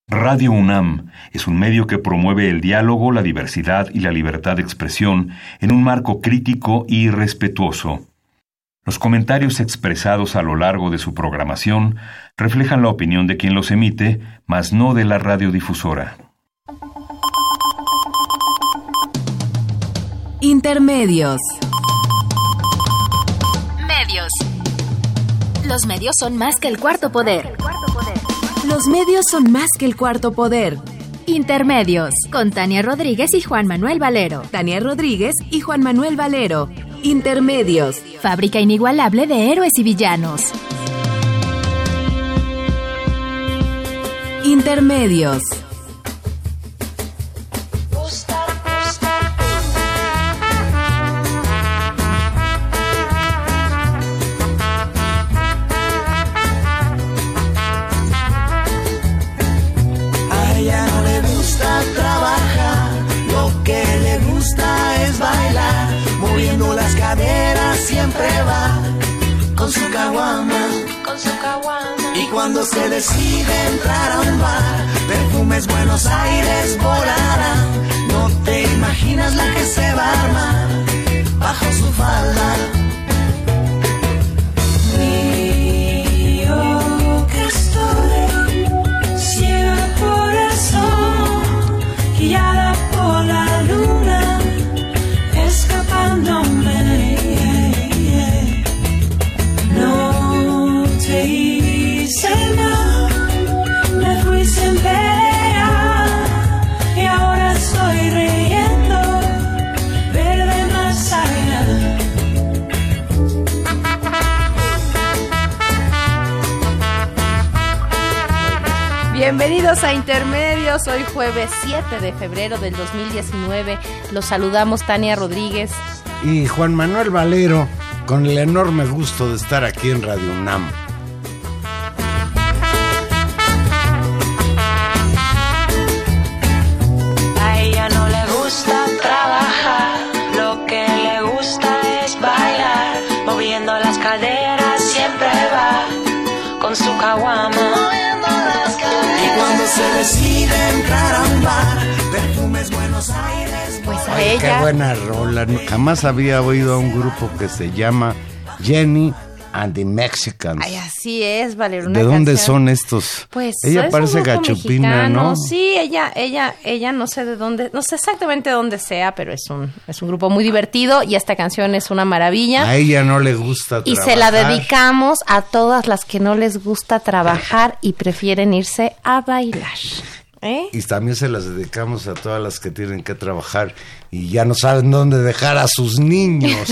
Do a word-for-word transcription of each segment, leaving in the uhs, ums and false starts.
Radio UNAM es un medio que promueve el diálogo, la diversidad y la libertad de expresión en un marco crítico y respetuoso. Los comentarios expresados a lo largo de su programación reflejan la opinión de quien los emite, mas no de la radiodifusora. Intermedios. Medios. Los medios son más que el cuarto poder. Los medios son más que el cuarto poder. Intermedios, con Tania Rodríguez y Juan Manuel Valero. Tania Rodríguez y Juan Manuel Valero. Intermedios. Fábrica inigualable de héroes y villanos. Intermedios. Siempre va con su caguama, con su caguama. Y cuando se decide entrar a un bar, perfumes Buenos Aires volarán. No te imaginas la que se va a armar bajo su falda. Mío que estoy ciega por el sol, guiada por la luna, escapándome. Me fui sin pelear y ahora estoy riendo, verde más allá. Bienvenidos a Intermedios, hoy jueves siete de febrero del dos mil diecinueve. Los saludamos Tania Rodríguez y Juan Manuel Valero, con el enorme gusto de estar aquí en Radio UNAM. Con su caguama, y cuando se decide entrar a un bar, perfumes Buenos Aires. Pues a Ay, ella. Qué buena rola. Jamás había oído a un grupo que se llama Jenny and the Mexicans. Ay, así es, Valero. Una ¿De dónde canción. son estos? Pues ella es parece un grupo gachupina, mexicano. ¿no? Sí, ella, ella, ella no sé de dónde, no sé exactamente dónde sea, pero es un, es un grupo muy divertido y esta canción es una maravilla. A ella no le gusta y trabajar. se la dedicamos a todas las que no les gusta trabajar y prefieren irse a bailar. ¿Eh? Y también se las dedicamos a todas las que tienen que trabajar y ya no saben dónde dejar a sus niños.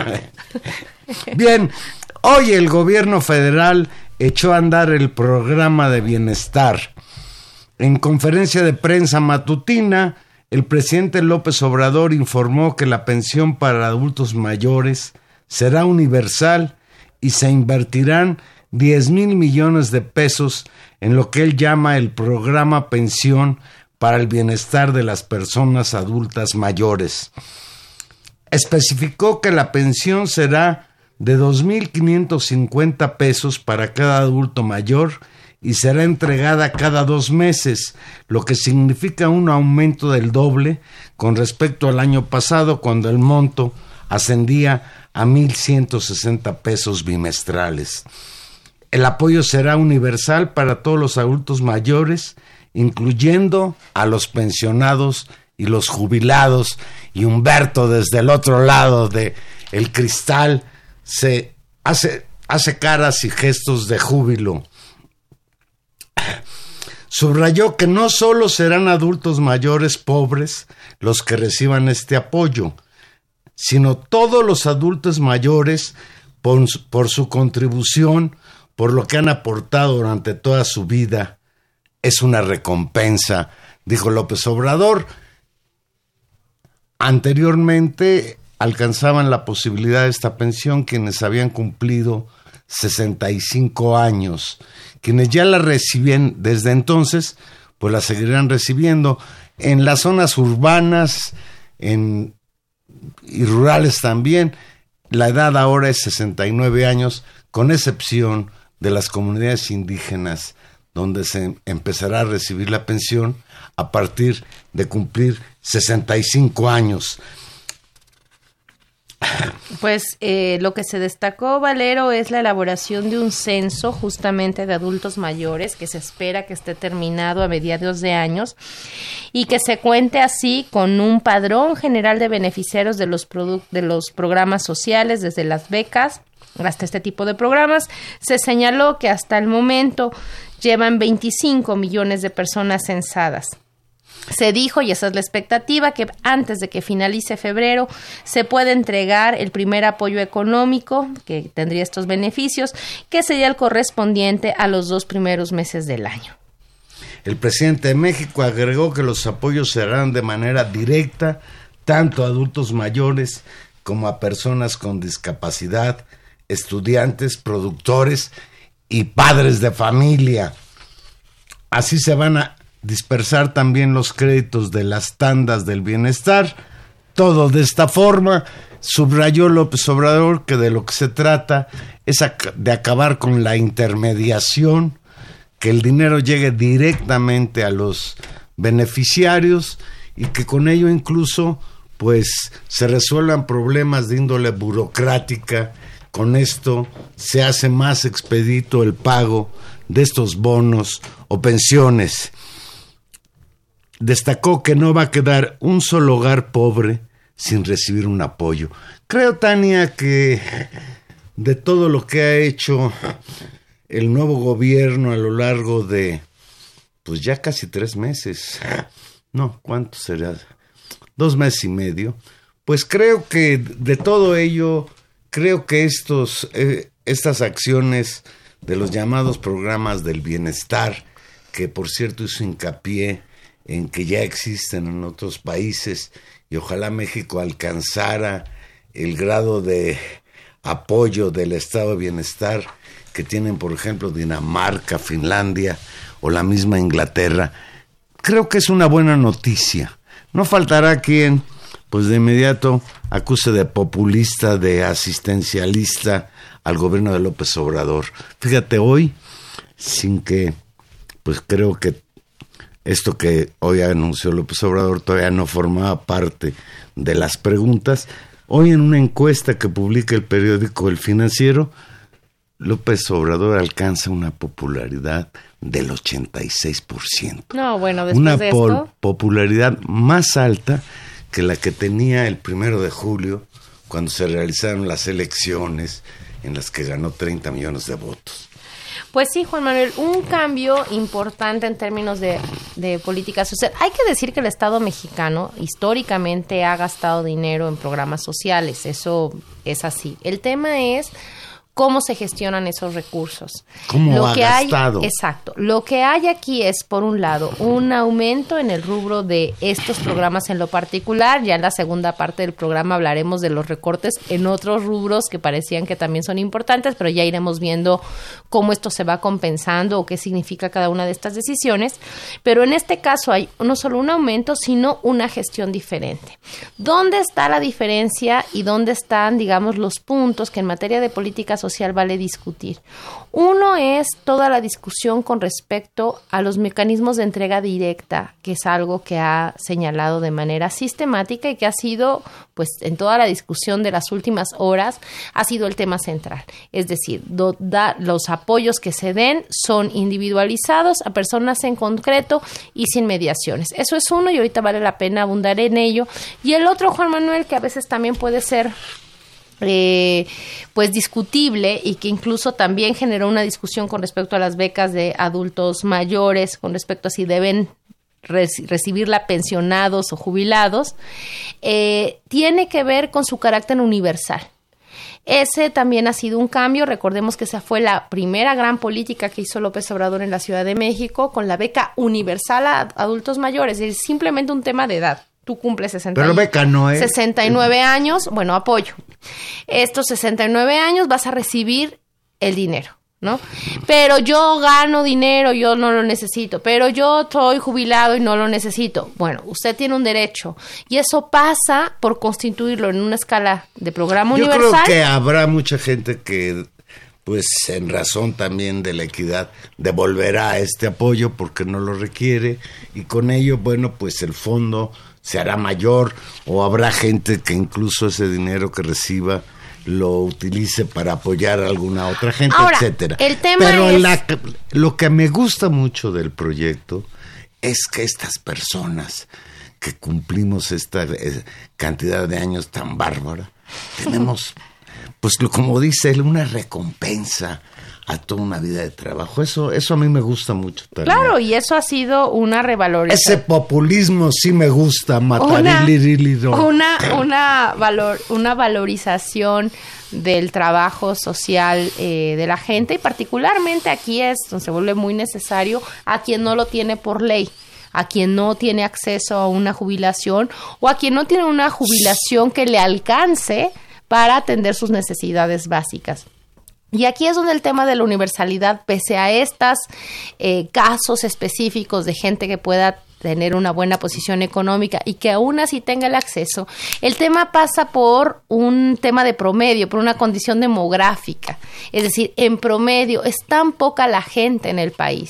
Bien, hoy el gobierno federal echó a andar el programa de bienestar. En conferencia de prensa matutina, el presidente López Obrador informó que la pensión para adultos mayores será universal y se invertirán diez mil millones de pesos en lo que él llama el programa Pensión para el Bienestar de las Personas Adultas Mayores. Especificó que la pensión será de dos mil quinientos cincuenta pesos para cada adulto mayor y será entregada cada dos meses, lo que significa un aumento del doble con respecto al año pasado, cuando el monto ascendía a mil ciento sesenta pesos bimestrales. El apoyo será universal para todos los adultos mayores, incluyendo a los pensionados y los jubilados. Y Humberto, desde el otro lado de el cristal, se hace, hace caras y gestos de júbilo. Subrayó que no solo serán adultos mayores pobres los que reciban este apoyo, sino todos los adultos mayores por, por su contribución, por lo que han aportado durante toda su vida. Es una recompensa, dijo López Obrador. Anteriormente alcanzaban la posibilidad de esta pensión quienes habían cumplido sesenta y cinco años. Quienes ya la reciben desde entonces, pues la seguirán recibiendo. En las zonas urbanas en, y rurales también, la edad ahora es sesenta y nueve años, con excepción de las comunidades indígenas donde se empezará a recibir la pensión a partir de cumplir sesenta y cinco años. Pues eh, lo que se destacó, Valero, es la elaboración de un censo justamente de adultos mayores que se espera que esté terminado a mediados de años y que se cuente así con un padrón general de beneficiarios de los, produ- de los programas sociales, desde las becas hasta este tipo de programas. Se señaló que hasta el momento llevan veinticinco millones de personas censadas. Se dijo, y esa es la expectativa, que antes de que finalice febrero se puede entregar el primer apoyo económico que tendría estos beneficios, que sería el correspondiente a los dos primeros meses del año. El presidente de México agregó que los apoyos se harán de manera directa tanto a adultos mayores como a personas con discapacidad, estudiantes, productores y padres de familia. Así se van a dispersar también los créditos de las tandas del bienestar. Todo de esta forma. Subrayó López Obrador que de lo que se trata es de acabar con la intermediación, que el dinero llegue directamente a los beneficiarios y que con ello incluso pues se resuelvan problemas de índole burocrática. Con esto se hace más expedito el pago de estos bonos o pensiones. Destacó que no va a quedar un solo hogar pobre sin recibir un apoyo. Creo, Tania, que de todo lo que ha hecho el nuevo gobierno a lo largo de, pues ya casi tres meses, no, ¿cuánto será? Dos meses y medio, pues creo que de todo ello, creo que estos, eh, estas acciones de los llamados programas del bienestar, que por cierto hizo hincapié en que ya existen en otros países y ojalá México alcanzara el grado de apoyo del estado de bienestar que tienen, por ejemplo, Dinamarca, Finlandia o la misma Inglaterra. Creo que es una buena noticia. No faltará quien, pues de inmediato, acuse de populista, de asistencialista al gobierno de López Obrador. Fíjate, hoy, sin que, pues creo que esto que hoy anunció López Obrador todavía no formaba parte de las preguntas. Hoy en una encuesta que publica el periódico El Financiero, López Obrador alcanza una popularidad del ochenta y seis por ciento. No, bueno, después una de pol- esto... popularidad más alta que la que tenía el primero de julio, cuando se realizaron las elecciones en las que ganó treinta millones de votos. Pues sí, Juan Manuel, un cambio importante en términos de, de política social. Hay que decir que el Estado mexicano históricamente ha gastado dinero en programas sociales, eso es así. El tema es cómo se gestionan esos recursos. ¿Cómo lo ha que gastado? Hay, exacto. Lo que hay aquí es, por un lado, un aumento en el rubro de estos programas en lo particular. Ya en la segunda parte del programa hablaremos de los recortes en otros rubros que parecían que también son importantes, pero ya iremos viendo cómo esto se va compensando o qué significa cada una de estas decisiones. Pero en este caso hay no solo un aumento, sino una gestión diferente. ¿Dónde está la diferencia y dónde están, digamos, los puntos que en materia de política social vale discutir? Uno es toda la discusión con respecto a los mecanismos de entrega directa, que es algo que ha señalado de manera sistemática y que ha sido, pues, en toda la discusión de las últimas horas, ha sido el tema central. Es decir, do, da, los apoyos que se den son individualizados a personas en concreto y sin mediaciones. Eso es uno y ahorita vale la pena abundar en ello. Y el otro, Juan Manuel, que a veces también puede ser Eh, pues discutible y que incluso también generó una discusión con respecto a las becas de adultos mayores, con respecto a si deben reci- recibirla pensionados o jubilados, eh, tiene que ver con su carácter universal. Ese también ha sido un cambio. Recordemos que esa fue la primera gran política que hizo López Obrador en la Ciudad de México con la beca universal a adultos mayores, es simplemente un tema de edad. Tú cumples sesenta, Pero beca no es. sesenta y nueve años, bueno, apoyo. Estos sesenta y nueve años vas a recibir el dinero, ¿no? Pero yo gano dinero, yo no lo necesito, pero yo estoy jubilado y no lo necesito. Bueno, usted tiene un derecho y eso pasa por constituirlo en una escala de programa Yo universal. creo que habrá mucha gente que pues en razón también de la equidad, devolverá este apoyo porque no lo requiere, y con ello, bueno, pues el fondo se hará mayor, o habrá gente que incluso ese dinero que reciba lo utilice para apoyar a alguna otra gente, Ahora, etcétera. El tema Pero es... la, lo que me gusta mucho del proyecto es que estas personas que cumplimos esta eh, cantidad de años tan bárbara, tenemos, pues lo, como dice él, una recompensa a toda una vida de trabajo. Eso, eso a mí me gusta mucho también. Claro, y eso ha sido una revalorización. Ese populismo sí me gusta, matar una, una, una, valor, una valorización del trabajo social eh, de la gente, y particularmente aquí es donde se vuelve muy necesario a quien no lo tiene por ley, a quien no tiene acceso a una jubilación, o a quien no tiene una jubilación que le alcance para atender sus necesidades básicas. Y aquí es donde el tema de la universalidad, pese a estos eh, casos específicos de gente que pueda tener una buena posición económica y que aún así tenga el acceso, el tema pasa por un tema de promedio, por una condición demográfica. Es decir, en promedio es tan poca la gente en el país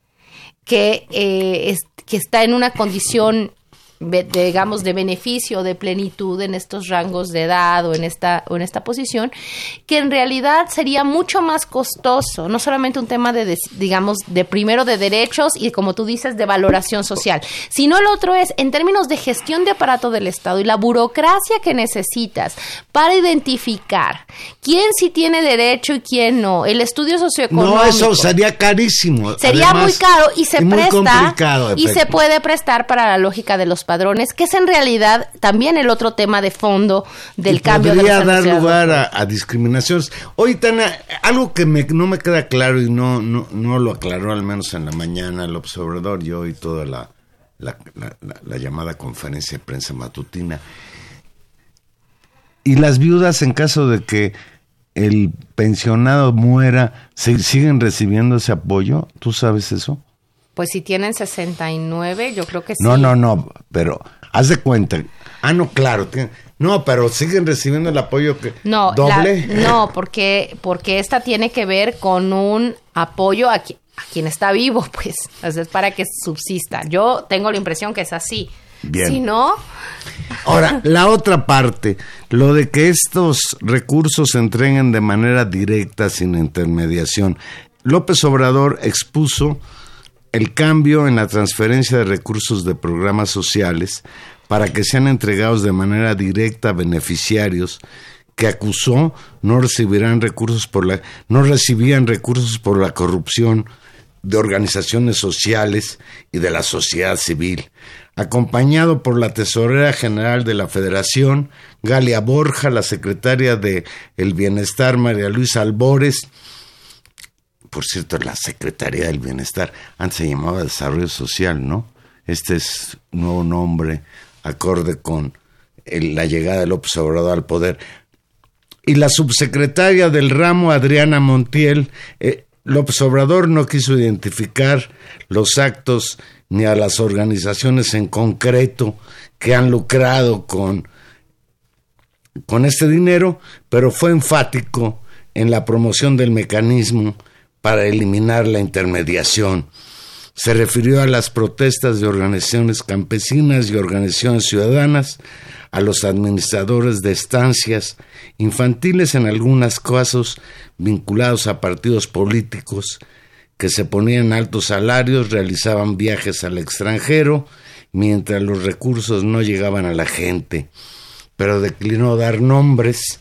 que, eh, es, que está en una condición, de, digamos, de beneficio, de plenitud en estos rangos de edad o en esta o en esta posición, que en realidad sería mucho más costoso, no solamente un tema de, de digamos, de primero de derechos y, como tú dices, de valoración social, sino el otro es en términos de gestión de aparato del Estado y la burocracia que necesitas para identificar quién sí tiene derecho y quién no, el estudio socioeconómico. No, eso sería carísimo. Sería Además, muy caro y se y presta y se puede prestar para la lógica de los padrones, que es en realidad también el otro tema de fondo del y cambio de podría dar lugar a, a discriminaciones. Oye, Tania, algo que me, no me queda claro y no, no, no lo aclaró al menos en la mañana el observador, yo y toda la, la, la, la, la llamada conferencia de prensa matutina. Y las viudas, en caso de que el pensionado muera, ¿siguen recibiendo ese apoyo? ¿Tú sabes eso? Pues si tienen sesenta y nueve, yo creo que sí. No, no, no, pero haz de cuenta. Ah, no, claro. Tiene, no, pero siguen recibiendo el apoyo que no, doble. La, no, porque porque esta tiene que ver con un apoyo a, qui, a quien está vivo, pues. Es para que subsista. Yo tengo la impresión que es así. Bien. Si no... Ahora, la otra parte, lo de que estos recursos se entreguen de manera directa, sin intermediación. López Obrador expuso el cambio en la transferencia de recursos de programas sociales para que sean entregados de manera directa a beneficiarios que acusó no recibirán recursos por la no recibían recursos por la corrupción de organizaciones sociales y de la sociedad civil. Acompañado por la tesorera general de la Federación, Galia Borja, la secretaria de el Bienestar, María Luisa Albores. Por cierto, la Secretaría del Bienestar, antes se llamaba Desarrollo Social, ¿no? Este es un nuevo nombre, acorde con el, la llegada de López Obrador al poder. Y la subsecretaria del ramo, Adriana Montiel. eh, López Obrador no quiso identificar los actos ni a las organizaciones en concreto que han lucrado con, con este dinero, pero fue enfático en la promoción del mecanismo para eliminar la intermediación. Se refirió a las protestas de organizaciones campesinas y organizaciones ciudadanas, a los administradores de estancias infantiles, en algunos casos vinculados a partidos políticos, que se ponían altos salarios, realizaban viajes al extranjero, mientras los recursos no llegaban a la gente, pero declinó dar nombres.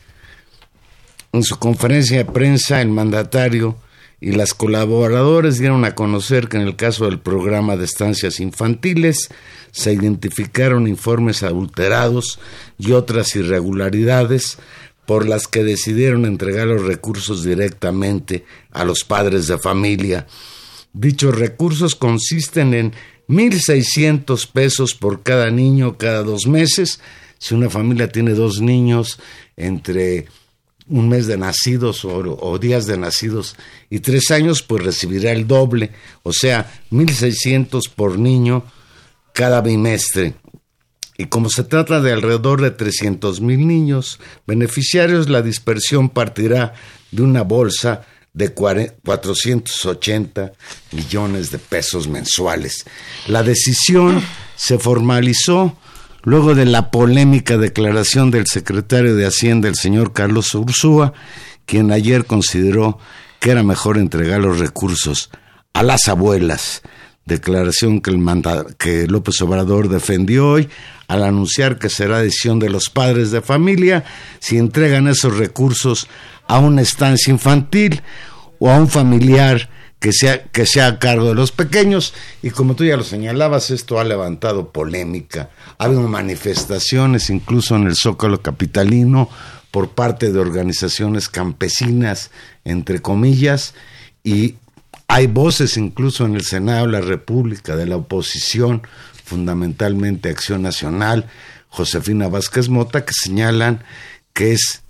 En su conferencia de prensa, el mandatario y las colaboradores dieron a conocer que en el caso del programa de estancias infantiles se identificaron informes adulterados y otras irregularidades por las que decidieron entregar los recursos directamente a los padres de familia. Dichos recursos consisten en mil seiscientos pesos por cada niño cada dos meses. Si una familia tiene dos niños entre un mes de nacidos o, o días de nacidos y tres años, pues recibirá el doble, o sea, mil seiscientos por niño cada bimestre. Y como se trata de alrededor de trescientos mil niños beneficiarios, la dispersión partirá de una bolsa, de cuatrocientos ochenta millones de pesos mensuales. La decisión se formalizó luego de la polémica declaración del secretario de Hacienda, el señor Carlos Ursúa, quien ayer consideró que era mejor entregar los recursos a las abuelas, declaración que, el manda, que López Obrador defendió hoy al anunciar que será decisión de los padres de familia si entregan esos recursos a una estancia infantil o a un familiar que sea, que sea a cargo de los pequeños. Y como tú ya lo señalabas, esto ha levantado polémica. Ha habido manifestaciones incluso en el Zócalo capitalino por parte de organizaciones campesinas, entre comillas, y hay voces incluso en el Senado de la República de la oposición, fundamentalmente Acción Nacional, Josefina Vázquez Mota, que señalan que es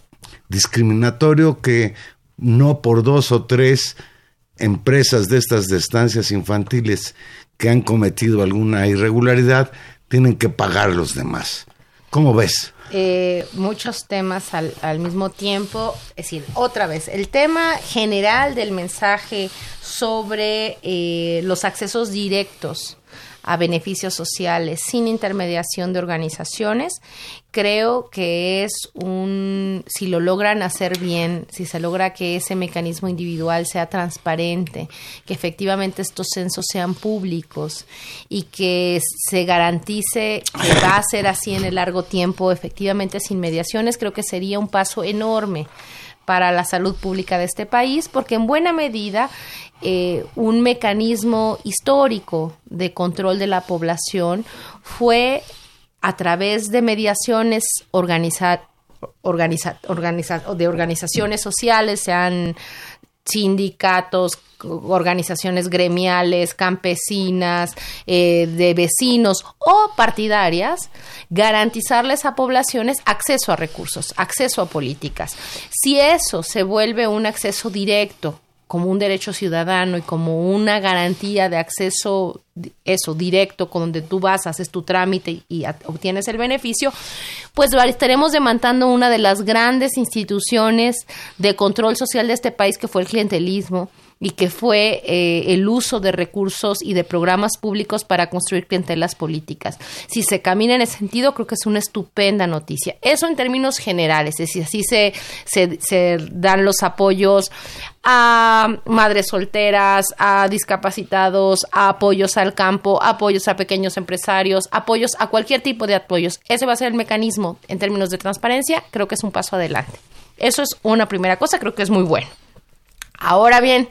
discriminatorio que no por dos o tres empresas de estas de estancias infantiles que han cometido alguna irregularidad tienen que pagar los demás. ¿Cómo ves? Eh, muchos temas al, al mismo tiempo, es decir, otra vez, el tema general del mensaje sobre eh, los accesos directos a beneficios sociales sin intermediación de organizaciones, creo que es un, si lo logran hacer bien, si se logra que ese mecanismo individual sea transparente, que efectivamente estos censos sean públicos y que se garantice que va a ser así en el largo tiempo, efectivamente sin mediaciones, creo que sería un paso enorme para la salud pública de este país, porque en buena medida eh, un mecanismo histórico de control de la población fue a través de mediaciones organiza, organiza, organiza, de organizaciones sociales, sean sindicatos, organizaciones gremiales, campesinas, eh, de vecinos o partidarias, garantizarles a poblaciones acceso a recursos, acceso a políticas. Si eso se vuelve un acceso directo, como un derecho ciudadano y como una garantía de acceso, eso, directo, con donde tú vas, haces tu trámite y obtienes el beneficio, pues estaremos demandando una de las grandes instituciones de control social de este país, que fue el clientelismo, y que fue eh, el uso de recursos y de programas públicos para construir clientelas políticas. Si se camina en ese sentido, creo que es una estupenda noticia. Eso en términos generales, es decir, así se, se, se dan los apoyos a madres solteras, a discapacitados, a apoyos al campo, apoyos a pequeños empresarios, apoyos a cualquier tipo de apoyos. Ese va a ser el mecanismo en términos de transparencia. Creo que es un paso adelante. Eso es una primera cosa, creo que es muy bueno. Ahora bien,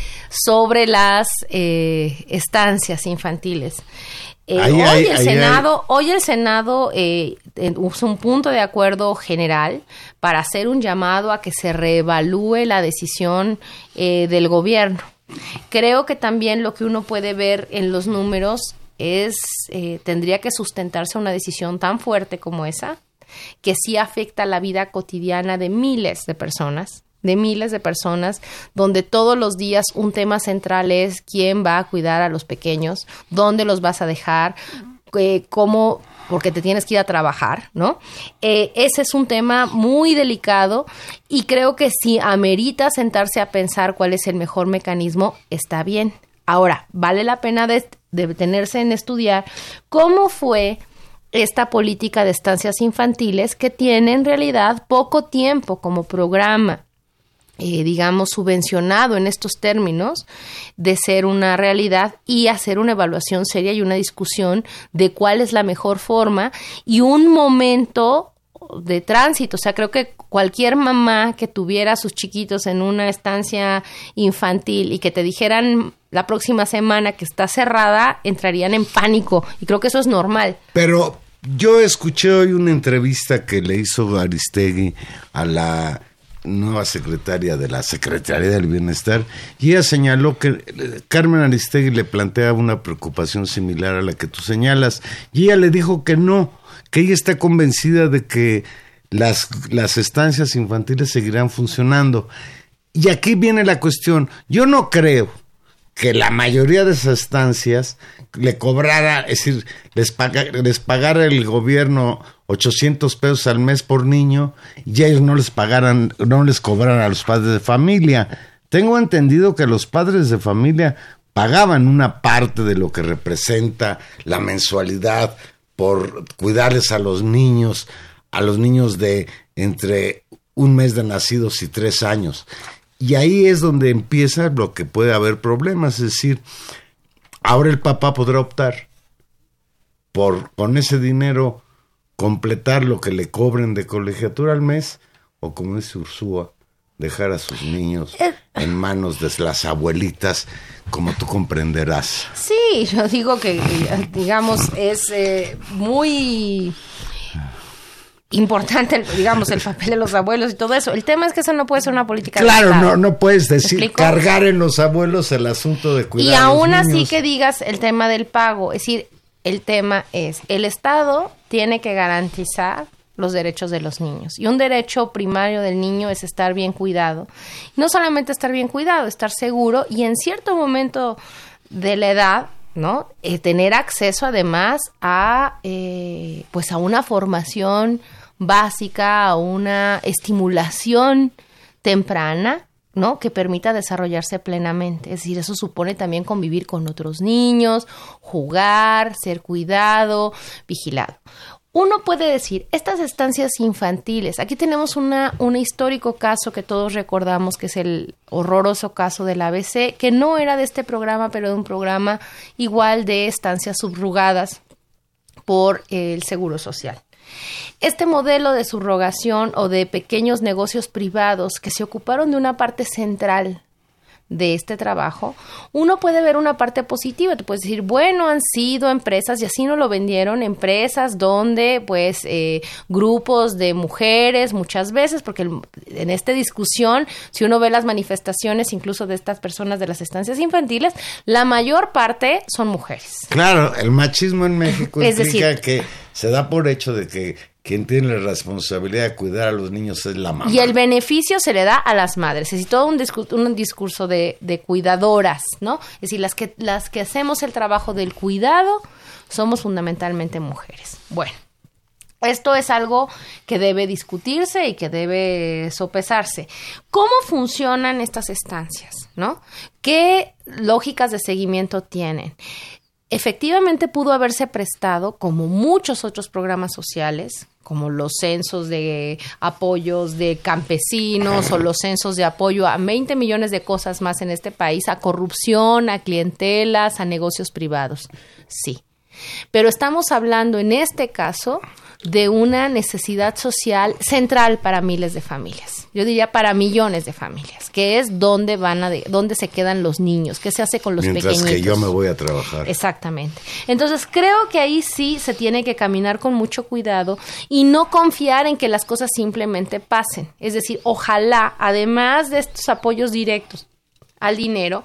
sobre las eh, estancias infantiles. Eh, ahí, hoy, ahí, el ahí, Senado, ahí. hoy el Senado eh, puso un punto de acuerdo general para hacer un llamado a que se reevalúe la decisión eh, del gobierno. Creo que también lo que uno puede ver en los números es, eh, tendría que sustentarse una decisión tan fuerte como esa, que sí afecta la vida cotidiana de miles de personas, de miles de personas, donde todos los días un tema central es quién va a cuidar a los pequeños, dónde los vas a dejar, eh, cómo, porque te tienes que ir a trabajar, ¿no? Eh, ese es un tema muy delicado y creo que si amerita sentarse a pensar cuál es el mejor mecanismo, está bien. Ahora, vale la pena de, de detenerse en estudiar cómo fue esta política de estancias infantiles, que tiene en realidad poco tiempo como programa, Eh, digamos, subvencionado en estos términos, de ser una realidad, y hacer una evaluación seria y una discusión de cuál es la mejor forma y un momento de tránsito. O sea, creo que cualquier mamá que tuviera a sus chiquitos en una estancia infantil y que te dijeran la próxima semana que está cerrada, entrarían en pánico, y creo que eso es normal. Pero yo escuché hoy una entrevista que le hizo Aristegui a la nueva secretaria de la Secretaría del Bienestar, y ella señaló que Carmen Aristegui le plantea una preocupación similar a la que tú señalas, y ella le dijo que no, que ella está convencida de que las, las estancias infantiles seguirán funcionando. Y aquí viene la cuestión. Yo no creo que la mayoría de esas estancias le cobrara, es decir, les, paga, les pagara el gobierno ochocientos pesos al mes por niño y ellos no les pagaran, no les cobraran a los padres de familia. Tengo entendido que los padres de familia pagaban una parte de lo que representa la mensualidad por cuidarles a los niños, a los niños de entre un mes de nacidos y tres años. Y ahí es donde empieza lo que puede haber problemas, es decir, ahora el papá podrá optar por con ese dinero completar lo que le cobren de colegiatura al mes, o como dice Ursúa, dejar a sus niños en manos de las abuelitas, como tú comprenderás. Sí, yo digo que, digamos, es eh, muy importante, digamos, el papel de los abuelos y todo eso. El tema es que eso no puede ser una política Claro, de Estado. no, no puedes decir, ¿Explico? cargar en los abuelos el asunto de cuidar Y a los aún así niños. que digas el tema del pago, es decir, el tema es, el Estado tiene que garantizar los derechos de los niños. Y un derecho primario del niño es estar bien cuidado. No solamente estar bien cuidado, estar seguro y en cierto momento de la edad, ¿no? Eh, tener acceso además a, eh, pues a una formación básica, a una estimulación temprana, ¿no? Que permita desarrollarse plenamente. Es decir, eso supone también convivir con otros niños, jugar, ser cuidado, vigilado. Uno puede decir, estas estancias infantiles, aquí tenemos una, un histórico caso que todos recordamos, que es el horroroso caso del A B C, que no era de este programa, pero de un programa igual de estancias subrogadas por el Seguro Social. Este modelo de subrogación o de pequeños negocios privados que se ocuparon de una parte central de este trabajo, uno puede ver una parte positiva. Tú puedes decir, bueno, han sido empresas, y así no lo vendieron, empresas donde pues eh, grupos de mujeres muchas veces, porque el, en esta discusión, si uno ve las manifestaciones incluso de estas personas de las estancias infantiles, la mayor parte son mujeres. Claro, el machismo en México Es implica decir, que se da por hecho de que quien tiene la responsabilidad de cuidar a los niños es la mamá. Y el beneficio se le da a las madres. Es decir, todo un discurso, un discurso de, de cuidadoras, ¿no? Es decir, las que, las que hacemos el trabajo del cuidado somos fundamentalmente mujeres. Bueno, esto es algo que debe discutirse y que debe sopesarse. ¿Cómo funcionan estas estancias, no? ¿Qué lógicas de seguimiento tienen? Efectivamente pudo haberse prestado, como muchos otros programas sociales, como los censos de apoyos de campesinos o los censos de apoyo a veinte millones de cosas más en este país, a corrupción, a clientelas, a negocios privados. Sí. Pero estamos hablando en este caso de una necesidad social central para miles de familias. Yo diría para millones de familias, que es dónde van a de, dónde se quedan los niños, qué se hace con los Mientras pequeñitos. que yo me voy a trabajar. Exactamente. Entonces creo que ahí sí se tiene que caminar con mucho cuidado y no confiar en que las cosas simplemente pasen. Es decir, ojalá, además de estos apoyos directos al dinero,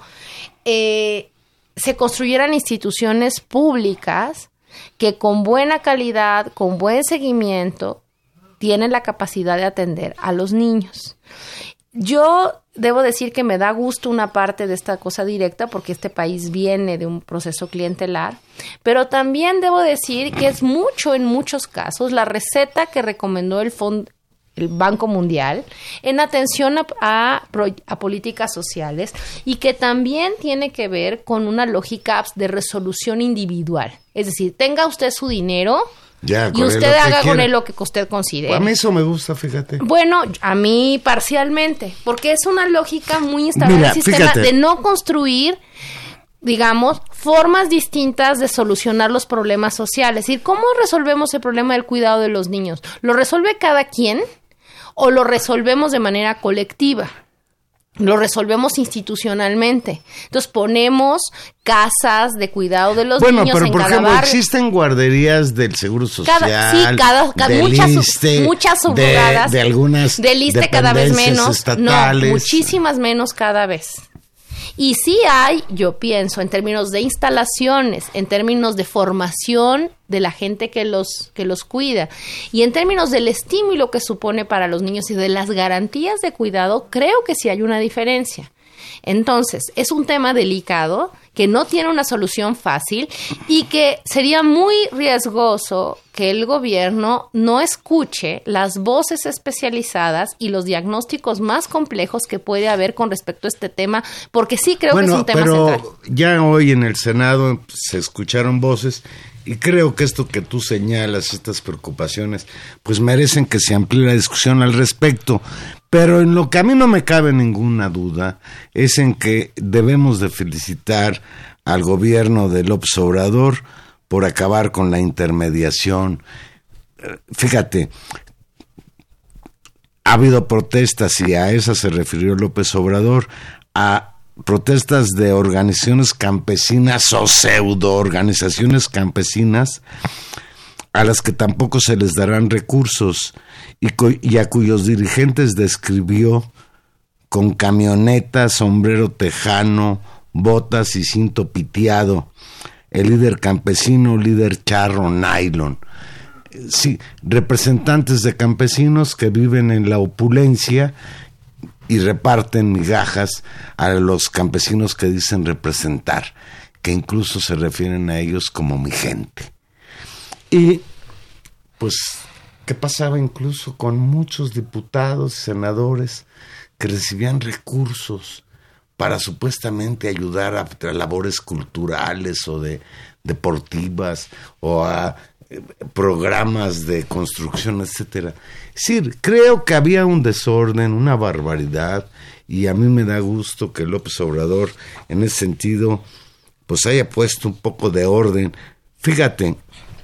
eh, se construyeran instituciones públicas que con buena calidad, con buen seguimiento, tienen la capacidad de atender a los niños. Yo debo decir que me da gusto una parte de esta cosa directa porque este país viene de un proceso clientelar, pero también debo decir que es mucho, en muchos casos, la receta que recomendó el Fondo, el Banco Mundial, en atención a, a, a políticas sociales y que también tiene que ver con una lógica de resolución individual. Es decir, tenga usted su dinero Ya, y usted haga con él lo que usted considere. Pues a mí eso me gusta, fíjate. Bueno, a mí parcialmente, porque es una lógica muy instalada Mira, del sistema fíjate. de no construir, digamos, formas distintas de solucionar los problemas sociales. Es decir, ¿cómo resolvemos el problema del cuidado de los niños? ¿Lo resuelve cada quien o lo resolvemos de manera colectiva? Lo resolvemos institucionalmente. Entonces ponemos casas de cuidado de los bueno, niños pero en por cada ejemplo, barrio. existen guarderías del Seguro Social, Cada, sí, cada, cada del muchas, ISSSTE, muchas subrogadas, de, de algunas del ISSSTE cada vez dependencias menos, estatales. no, muchísimas menos cada vez. Y sí hay, yo pienso, en términos de instalaciones, en términos de formación de la gente que los, que los cuida, y en términos del estímulo que supone para los niños y de las garantías de cuidado, creo que sí hay una diferencia. Entonces, es un tema delicado que no tiene una solución fácil y que sería muy riesgoso que el gobierno no escuche las voces especializadas y los diagnósticos más complejos que puede haber con respecto a este tema, porque sí creo bueno, que es un tema pero central. Ya hoy en el Senado se escucharon voces y creo que esto que tú señalas, estas preocupaciones, pues merecen que se amplíe la discusión al respecto. Pero en lo que a mí no me cabe ninguna duda es en que debemos de felicitar al gobierno de López Obrador por acabar con la intermediación. Fíjate, ha habido protestas y a esas se refirió López Obrador, a protestas de organizaciones campesinas o pseudo organizaciones campesinas a las que tampoco se les darán recursos y, co- y a cuyos dirigentes describió con camioneta, sombrero tejano, botas y cinto piteado, el líder campesino, líder charro, nylon. Sí, representantes de campesinos que viven en la opulencia y reparten migajas a los campesinos que dicen representar, que incluso se refieren a ellos como mi gente. Y pues, ¿qué pasaba incluso con muchos diputados y senadores que recibían recursos para supuestamente ayudar a, a labores culturales o de deportivas o a eh, programas de construcción, etcétera? Es decir, creo que había un desorden, una barbaridad, y a mí me da gusto que López Obrador, en ese sentido, pues haya puesto un poco de orden. Fíjate,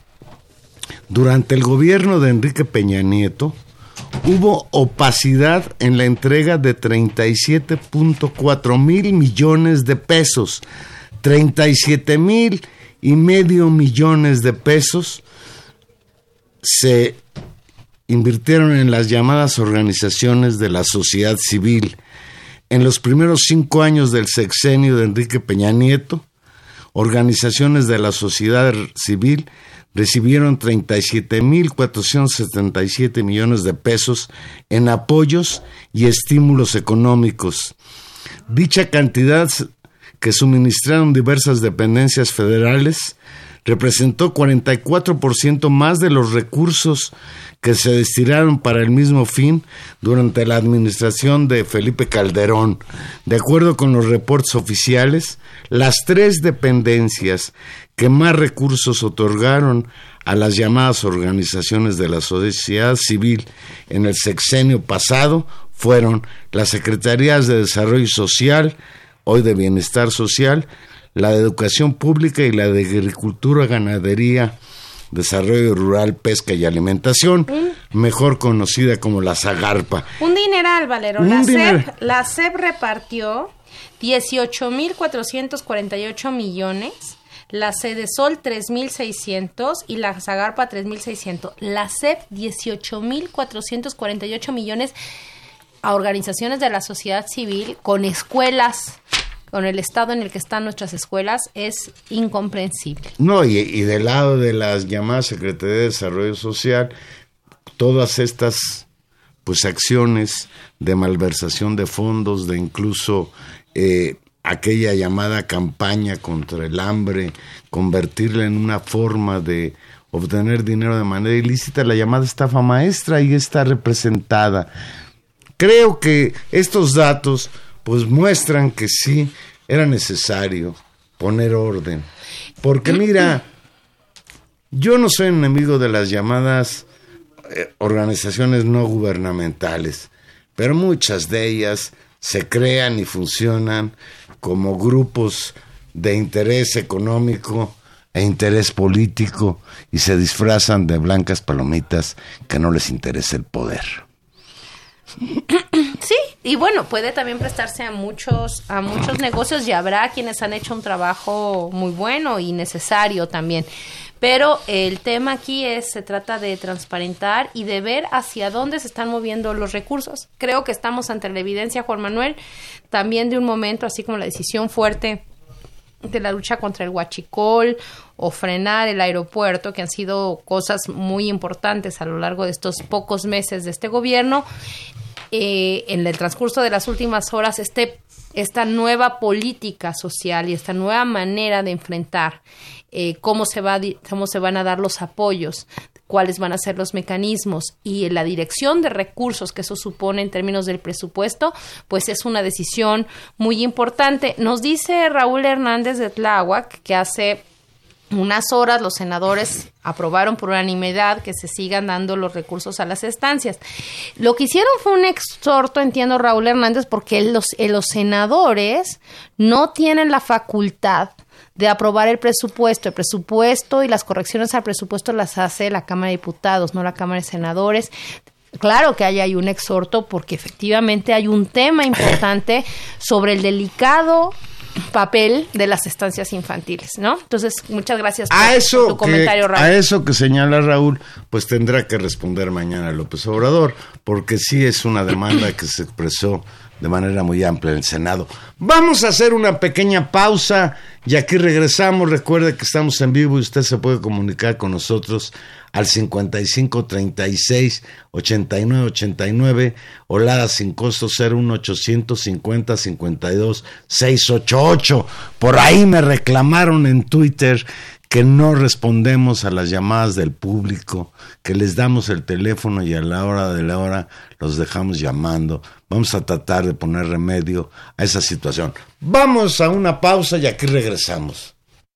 durante el gobierno de Enrique Peña Nieto, hubo opacidad en la entrega de treinta y siete punto cuatro mil millones de pesos, treinta y siete mil y medio millones de pesos se invirtieron en las llamadas organizaciones de la sociedad civil. En los primeros cinco años del sexenio de Enrique Peña Nieto, organizaciones de la sociedad civil recibieron treinta y siete mil cuatrocientos setenta y siete millones de pesos en apoyos y estímulos económicos. Dicha cantidad, que suministraron diversas dependencias federales, representó cuarenta y cuatro por ciento más de los recursos que se destinaron para el mismo fin durante la administración de Felipe Calderón. De acuerdo con los reportes oficiales, las tres dependencias que más recursos otorgaron a las llamadas organizaciones de la sociedad civil en el sexenio pasado fueron las Secretarías de Desarrollo Social, hoy de Bienestar Social, la de Educación Pública y la de Agricultura, Ganadería, Desarrollo Rural, Pesca y Alimentación, mm. mejor conocida como la Zagarpa. Un dineral, Valero. Un la, dineral. SEP, la SEP repartió dieciocho mil cuatrocientos cuarenta y ocho millones, la Cedesol tres mil seiscientos y la Zagarpa tres mil seiscientos. La SEP dieciocho mil cuatrocientos cuarenta y ocho millones a organizaciones de la sociedad civil con escuelas, con el estado en el que están nuestras escuelas, es incomprensible. No, y, y del lado de las llamadas Secretaría de Desarrollo Social, todas estas pues acciones de malversación de fondos, de incluso eh, aquella llamada campaña contra el hambre, convertirla en una forma de obtener dinero de manera ilícita, la llamada estafa maestra, ahí está representada. Creo que estos datos pues muestran que sí era necesario poner orden. Porque mira, yo no soy enemigo de las llamadas eh, organizaciones no gubernamentales, pero muchas de ellas se crean y funcionan como grupos de interés económico e interés político y se disfrazan de blancas palomitas que no les interesa el poder. Sí, y bueno, puede también prestarse a muchos a muchos negocios y habrá quienes han hecho un trabajo muy bueno y necesario también. Pero el tema aquí es, se trata de transparentar y de ver hacia dónde se están moviendo los recursos. Creo que estamos ante la evidencia, Juan Manuel, también de un momento así como la decisión fuerte de la lucha contra el huachicol o frenar el aeropuerto, que han sido cosas muy importantes a lo largo de estos pocos meses de este gobierno. Eh, en el transcurso de las últimas horas, este esta nueva política social y esta nueva manera de enfrentar eh, cómo se va, cómo se van a dar los apoyos, cuáles van a ser los mecanismos y la dirección de recursos que eso supone en términos del presupuesto, pues es una decisión muy importante. Nos dice Raúl Hernández de Tláhuac que hace unas horas los senadores aprobaron por unanimidad que se sigan dando los recursos a las estancias. Lo que hicieron fue un exhorto, entiendo, Raúl Hernández, porque los, los senadores no tienen la facultad de aprobar el presupuesto. El presupuesto y las correcciones al presupuesto las hace la Cámara de Diputados, no la Cámara de Senadores. Claro que ahí hay un exhorto porque efectivamente hay un tema importante sobre el delicado papel de las estancias infantiles, ¿no? Entonces, muchas gracias por, a eso por tu comentario, que, Raúl. A eso que señala Raúl, pues tendrá que responder mañana López Obrador, porque sí es una demanda que se expresó de manera muy amplia en el Senado. Vamos a hacer una pequeña pausa y aquí regresamos. Recuerde que estamos en vivo y usted se puede comunicar con nosotros al cincuenta y cinco, treinta y seis, ochenta y nueve, ochenta y nueve, o Lada sin costo cero uno ochocientos cincuenta, cincuenta y dos, seiscientos ochenta y ocho. Por ahí me reclamaron en Twitter que no respondemos a las llamadas del público, que les damos el teléfono y a la hora de la hora los dejamos llamando. Vamos a tratar de poner remedio a esa situación. Vamos a una pausa y aquí regresamos.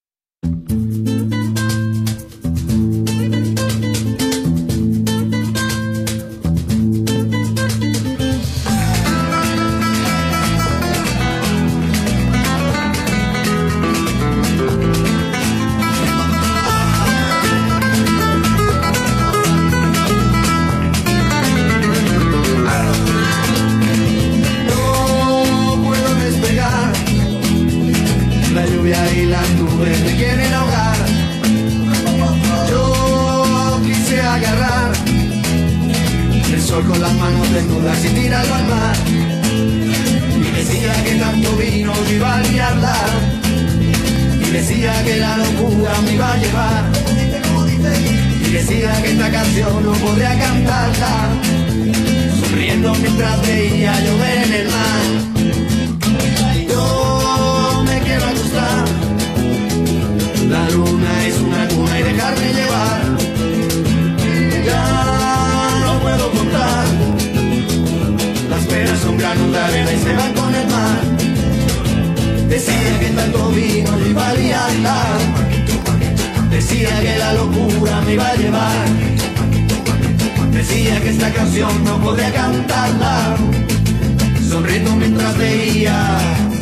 Con las manos desnudas y tirarlo al mar. Y decía que tanto vino me iba a liarla. Y decía que la locura me iba a llevar. Y decía que esta canción no podría cantarla, sonriendo mientras veía llover en el mar. Yo me quiero acostar, la luna es una cuna y dejarme llevar. Ya no puedo contar, las penas son granos de arena y se van con el mar. Decía que tanto vino me iba a liarla, decía que la locura me iba a llevar, decía que esta canción no podía cantarla, sonriendo mientras veía.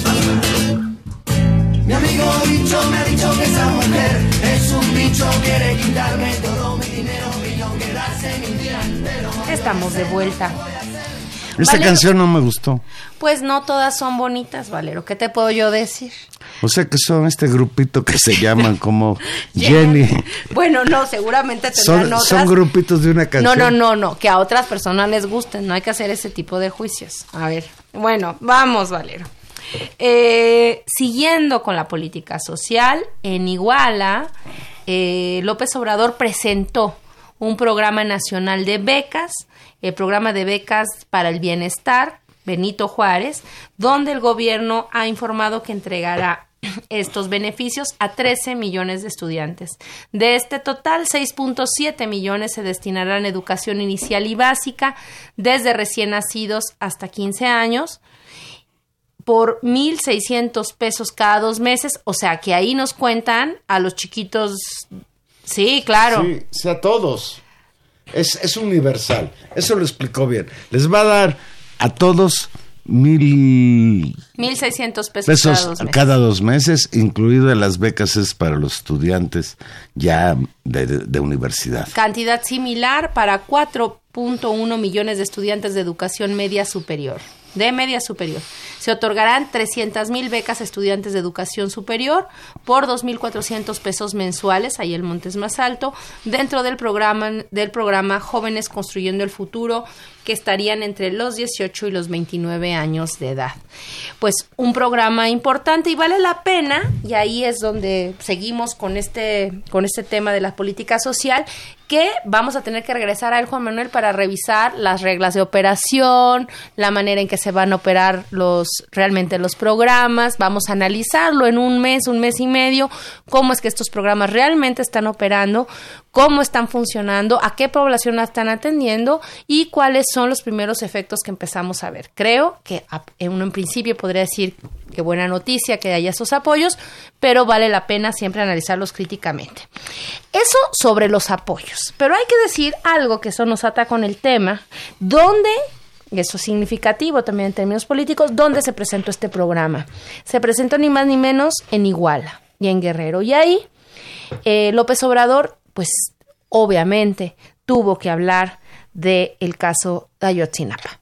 Mi amigo bicho me ha dicho que esa mujer es un bicho, quiere quitarme todo mi dinero y no quedarse mi día entero. Estamos de vuelta. Esta Valero, canción no me gustó. Pues no todas son bonitas, Valero. ¿Qué te puedo yo decir? O sea que son este grupito que se llaman como Jenny. Bueno, no, seguramente tendrán Son, otras. son grupitos de una canción. No, no, no, no, que a otras personas les gusten. No hay que hacer ese tipo de juicios. A ver, bueno, vamos, Valero. Eh, siguiendo con la política social, en Iguala, eh, López Obrador presentó un programa nacional de becas, el programa de becas para el bienestar, Benito Juárez, donde el gobierno ha informado que entregará estos beneficios a trece millones de estudiantes. De este total, seis punto siete millones se destinarán a educación inicial y básica, desde recién nacidos hasta quince años, por mil seiscientos pesos cada dos meses, o sea que ahí nos cuentan a los chiquitos. Sí, claro. Sí, sí, a todos. Es, es universal. Eso lo explicó bien. Les va a dar a todos mil... Mil seiscientos pesos, pesos cada dos meses. Cada dos meses, incluidas las becas es para los estudiantes ya de, de, de universidad. Cantidad similar para cuatro punto uno millones de estudiantes de educación media superior. De media superior. Se otorgarán trescientas mil becas a estudiantes de educación superior por dos mil cuatrocientos pesos mensuales, ahí el monte es más alto, dentro del programa, del programa Jóvenes Construyendo el Futuro, que estarían entre los dieciocho y los veintinueve años de edad. Pues un programa importante y vale la pena, y ahí es donde seguimos con este, con este tema de la política social, que vamos a tener que regresar a él, Juan Manuel, para revisar las reglas de operación, la manera en que se van a operar los realmente los programas, vamos a analizarlo en un mes, un mes y medio, cómo es que estos programas realmente están operando, cómo están funcionando, a qué población la están atendiendo y cuáles son los primeros efectos que empezamos a ver. Creo que en un principio podría decir que buena noticia que haya esos apoyos, pero vale la pena siempre analizarlos críticamente. Eso sobre los apoyos, pero hay que decir algo que eso nos ata con el tema, donde, y eso es significativo también en términos políticos, ¿dónde se presentó este programa? Se presentó ni más ni menos en Iguala y en Guerrero, y ahí eh, López Obrador, pues obviamente tuvo que hablar del caso de Ayotzinapa.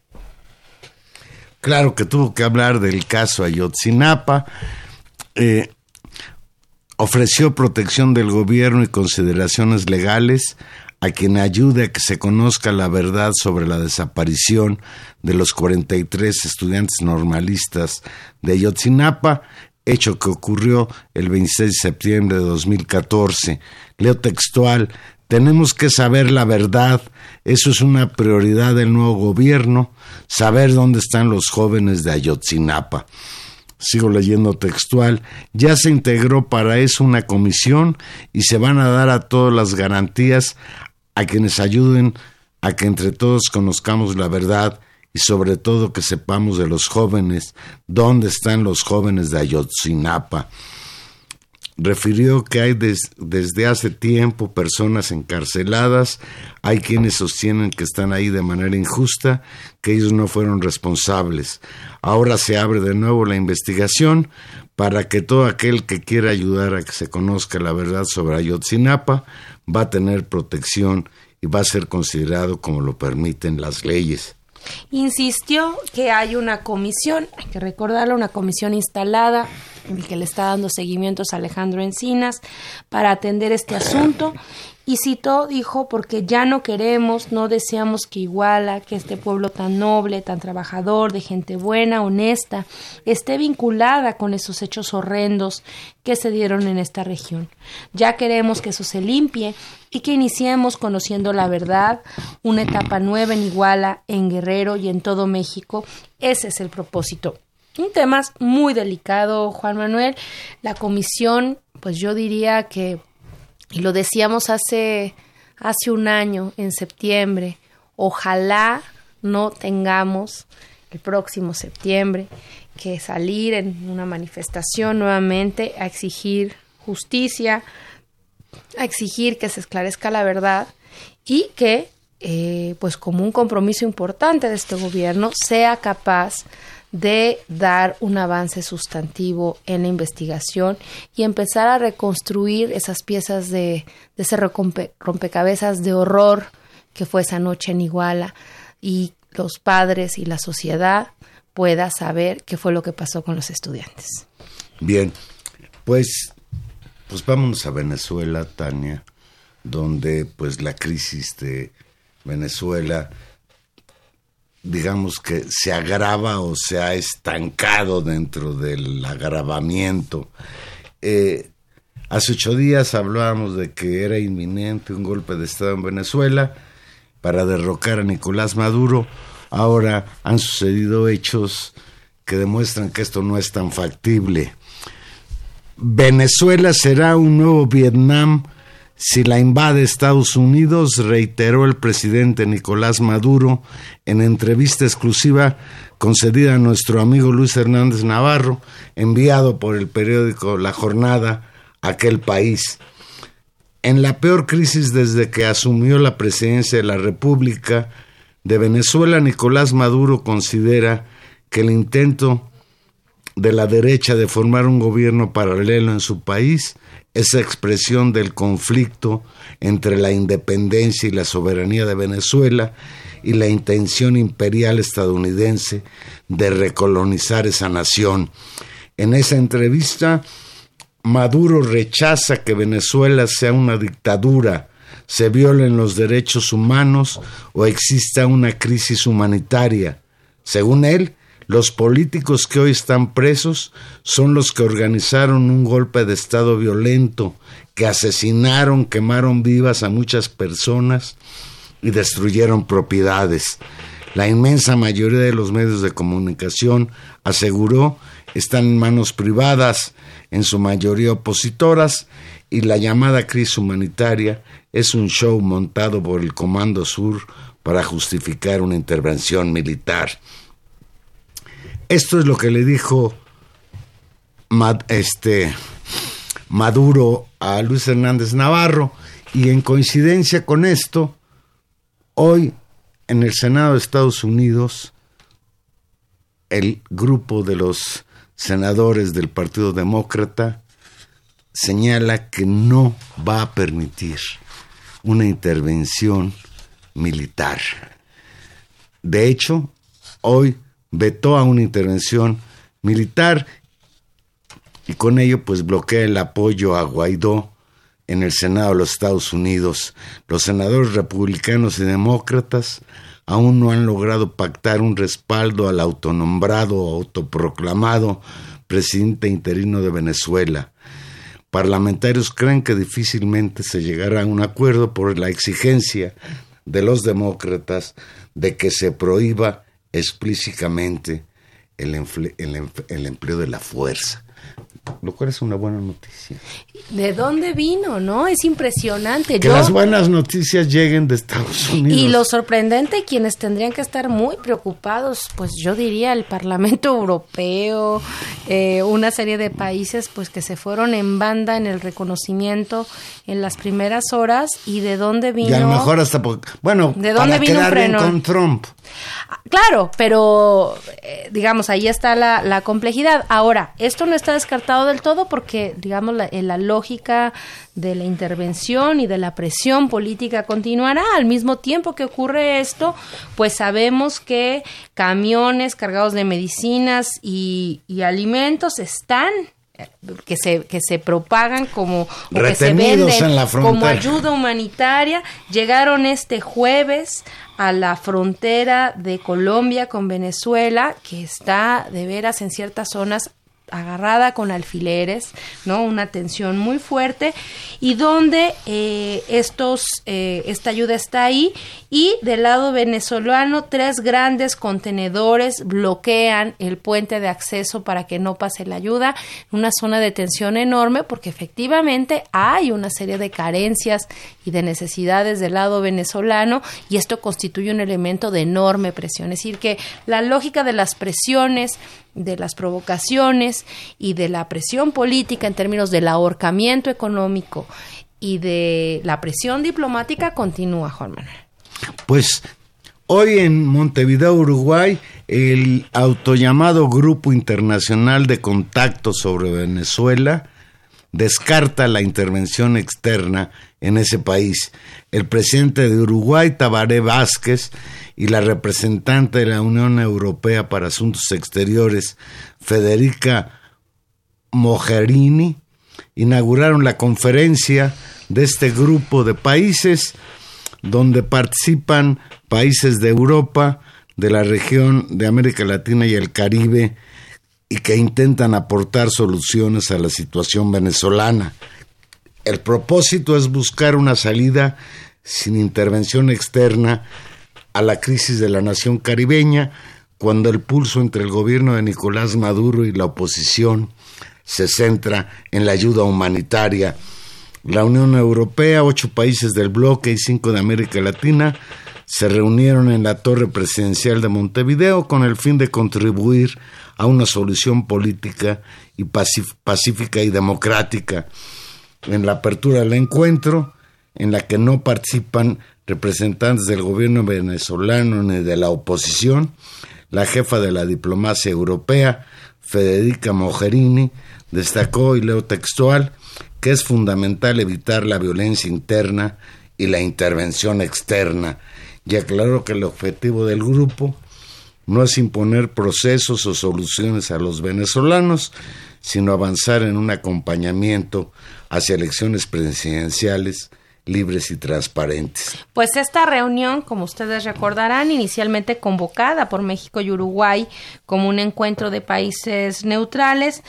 Claro que tuvo que hablar del caso Ayotzinapa, eh, ofreció protección del gobierno y consideraciones legales a quien ayude a que se conozca la verdad sobre la desaparición de los cuarenta y tres estudiantes normalistas de Ayotzinapa, hecho que ocurrió el veintiséis de septiembre de dos mil catorce. Leo textual: tenemos que saber la verdad, eso es una prioridad del nuevo gobierno, saber dónde están los jóvenes de Ayotzinapa. Sigo leyendo textual: ya se integró para eso una comisión y se van a dar a todas las garantías a quienes ayuden a que entre todos conozcamos la verdad y sobre todo que sepamos de los jóvenes, dónde están los jóvenes de Ayotzinapa. Refirió que hay des, desde hace tiempo personas encarceladas, hay quienes sostienen que están ahí de manera injusta, que ellos no fueron responsables. Ahora se abre de nuevo la investigación para que todo aquel que quiera ayudar a que se conozca la verdad sobre Ayotzinapa va a tener protección y va a ser considerado como lo permiten las leyes. Insistió que hay una comisión, hay que recordarlo, una comisión instalada en la que le está dando seguimientos a Alejandro Encinas para atender este asunto, y citó, dijo, porque ya no queremos, no deseamos que Iguala, que este pueblo tan noble, tan trabajador, de gente buena, honesta, esté vinculada con esos hechos horrendos que se dieron en esta región. Ya queremos que eso se limpie y que iniciemos conociendo la verdad, una etapa nueva en Iguala, en Guerrero y en todo México. Ese es el propósito. Un tema muy delicado, Juan Manuel. La comisión, pues yo diría que, y lo decíamos hace, hace un año, en septiembre, ojalá no tengamos el próximo septiembre que salir en una manifestación nuevamente a exigir justicia, a exigir que se esclarezca la verdad y que, eh, pues como un compromiso importante de este gobierno, sea capaz de dar un avance sustantivo en la investigación y empezar a reconstruir esas piezas de, de ese rompe, rompecabezas de horror que fue esa noche en Iguala, y los padres y la sociedad pueda saber qué fue lo que pasó con los estudiantes. Bien, pues, pues vámonos a Venezuela, Tania, donde pues la crisis de Venezuela, digamos que se agrava o se ha estancado dentro del agravamiento. Eh, hace ocho días hablábamos de que era inminente un golpe de Estado en Venezuela para derrocar a Nicolás Maduro. Ahora han sucedido hechos que demuestran que esto no es tan factible. Venezuela será un nuevo Vietnam si la invade Estados Unidos, reiteró el presidente Nicolás Maduro en entrevista exclusiva concedida a nuestro amigo Luis Hernández Navarro, enviado por el periódico La Jornada a aquel país. En la peor crisis desde que asumió la presidencia de la República de Venezuela, Nicolás Maduro considera que el intento de la derecha de formar un gobierno paralelo en su país es expresión del conflicto entre la independencia y la soberanía de Venezuela y la intención imperial estadounidense de recolonizar esa nación. En esa entrevista, Maduro rechaza que Venezuela sea una dictadura, se violen los derechos humanos o exista una crisis humanitaria. Según él, los políticos que hoy están presos son los que organizaron un golpe de Estado violento, que asesinaron, quemaron vivas a muchas personas y destruyeron propiedades. La inmensa mayoría de los medios de comunicación, aseguró, están en manos privadas, en su mayoría opositoras, y la llamada crisis humanitaria es un show montado por el Comando Sur para justificar una intervención militar. Esto es lo que le dijo Mad, este, Maduro a Luis Hernández Navarro, y en coincidencia con esto, hoy en el Senado de Estados Unidos, el grupo de los senadores del Partido Demócrata señala que no va a permitir una intervención militar. De hecho, hoy vetó a una intervención militar y con ello pues bloquea el apoyo a Guaidó en el Senado de los Estados Unidos. Los senadores republicanos y demócratas aún no han logrado pactar un respaldo al autonombrado o autoproclamado presidente interino de Venezuela. Parlamentarios creen que difícilmente se llegará a un acuerdo por la exigencia de los demócratas de que se prohíba explícitamente el, emple- el, em- el empleo de la fuerza, lo cual es una buena noticia. ¿De dónde vino, no? Es impresionante. Que Yo... las buenas noticias lleguen de Estados Unidos. Y lo sorprendente, quienes tendrían que estar muy preocupados, pues yo diría el Parlamento Europeo, eh, una serie de países pues que se fueron en banda en el reconocimiento en las primeras horas. ¿Y de dónde vino? Y a lo mejor hasta, por, bueno, ¿de dónde para vino quedar bien frenón? con Trump. Claro, pero eh, digamos, ahí está la, la complejidad. Ahora, esto no está descartado del todo porque, digamos, la, la lógica de la intervención y de la presión política continuará. Al mismo tiempo que ocurre esto, pues sabemos que camiones cargados de medicinas y, y alimentos están... que se que se propagan como o que se venden en la como ayuda humanitaria, llegaron este jueves a la frontera de Colombia con Venezuela, que está de veras en ciertas zonas agarrada con alfileres, ¿no? Una tensión muy fuerte, y donde eh, estos eh, esta ayuda está ahí, y del lado venezolano tres grandes contenedores bloquean el puente de acceso para que no pase la ayuda, una zona de tensión enorme porque efectivamente hay una serie de carencias y de necesidades del lado venezolano, y esto constituye un elemento de enorme presión. Es decir, que la lógica de las presiones, de las provocaciones y de la presión política en términos del ahorcamiento económico y de la presión diplomática continúa, Juan Manuel. Pues hoy en Montevideo, Uruguay, el autollamado Grupo Internacional de Contacto sobre Venezuela descarta la intervención externa en ese país. El presidente de Uruguay, Tabaré Vázquez, y la representante de la Unión Europea para Asuntos Exteriores, Federica Mogherini, inauguraron la conferencia de este grupo de países donde participan países de Europa, de la región de América Latina y el Caribe, y que intentan aportar soluciones a la situación venezolana. El propósito es buscar una salida sin intervención externa a la crisis de la nación caribeña, cuando el pulso entre el gobierno de Nicolás Maduro y la oposición se centra en la ayuda humanitaria. La Unión Europea, ocho países del bloque y cinco de América Latina se reunieron en la Torre Presidencial de Montevideo con el fin de contribuir a una solución política y pacif- pacífica y democrática. En la apertura del encuentro, en la que no participan representantes del gobierno venezolano ni de la oposición, la jefa de la diplomacia europea, Federica Mogherini, destacó, y leo textual, que es fundamental evitar la violencia interna y la intervención externa, y aclaró que el objetivo del grupo no es imponer procesos o soluciones a los venezolanos, sino avanzar en un acompañamiento hacia elecciones presidenciales libres y transparentes. Pues esta reunión, como ustedes recordarán, inicialmente convocada por México y Uruguay como un encuentro de países neutrales,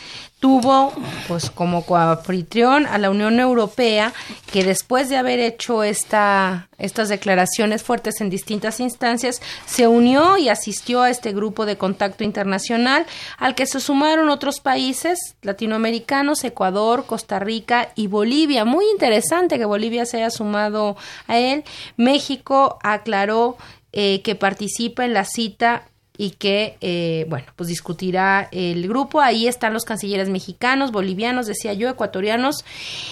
tuvo pues como coanfitrión a la Unión Europea, que después de haber hecho esta, estas declaraciones fuertes en distintas instancias, se unió y asistió a este grupo de contacto internacional, al que se sumaron otros países latinoamericanos, Ecuador, Costa Rica y Bolivia. Muy interesante que Bolivia se haya sumado a él. México aclaró eh, que participa en la cita y que, eh, bueno, pues discutirá el grupo. Ahí están los cancilleres mexicanos, bolivianos, decía yo, ecuatorianos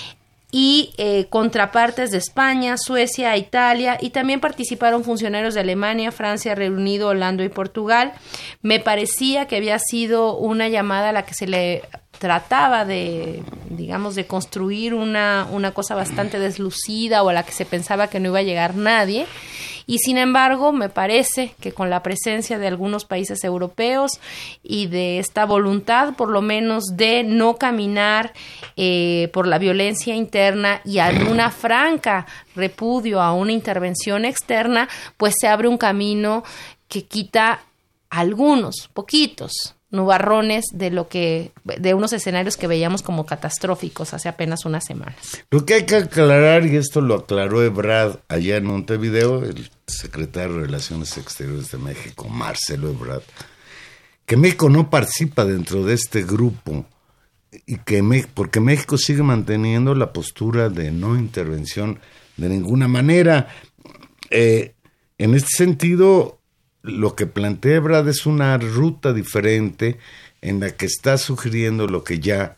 y eh, contrapartes de España, Suecia, Italia, y también participaron funcionarios de Alemania, Francia, Reino Unido, Holanda y Portugal. Me parecía que había sido una llamada a la que se le trataba de, digamos, de construir una, una cosa bastante deslucida, o a la que se pensaba que no iba a llegar nadie. Y sin embargo, me parece que con la presencia de algunos países europeos y de esta voluntad, por lo menos, de no caminar eh, por la violencia interna y alguna franca repudio a una intervención externa, pues se abre un camino que quita algunos, poquitos, nubarrones de lo que de unos escenarios que veíamos como catastróficos hace apenas unas semanas. Lo que hay que aclarar, y esto lo aclaró Ebrard allá en Montevideo, el secretario de Relaciones Exteriores de México, Marcelo Ebrard, que México no participa dentro de este grupo, y que me, porque México sigue manteniendo la postura de no intervención de ninguna manera. Eh, en este sentido, lo que plantea Ebrard es una ruta diferente en la que está sugiriendo lo que ya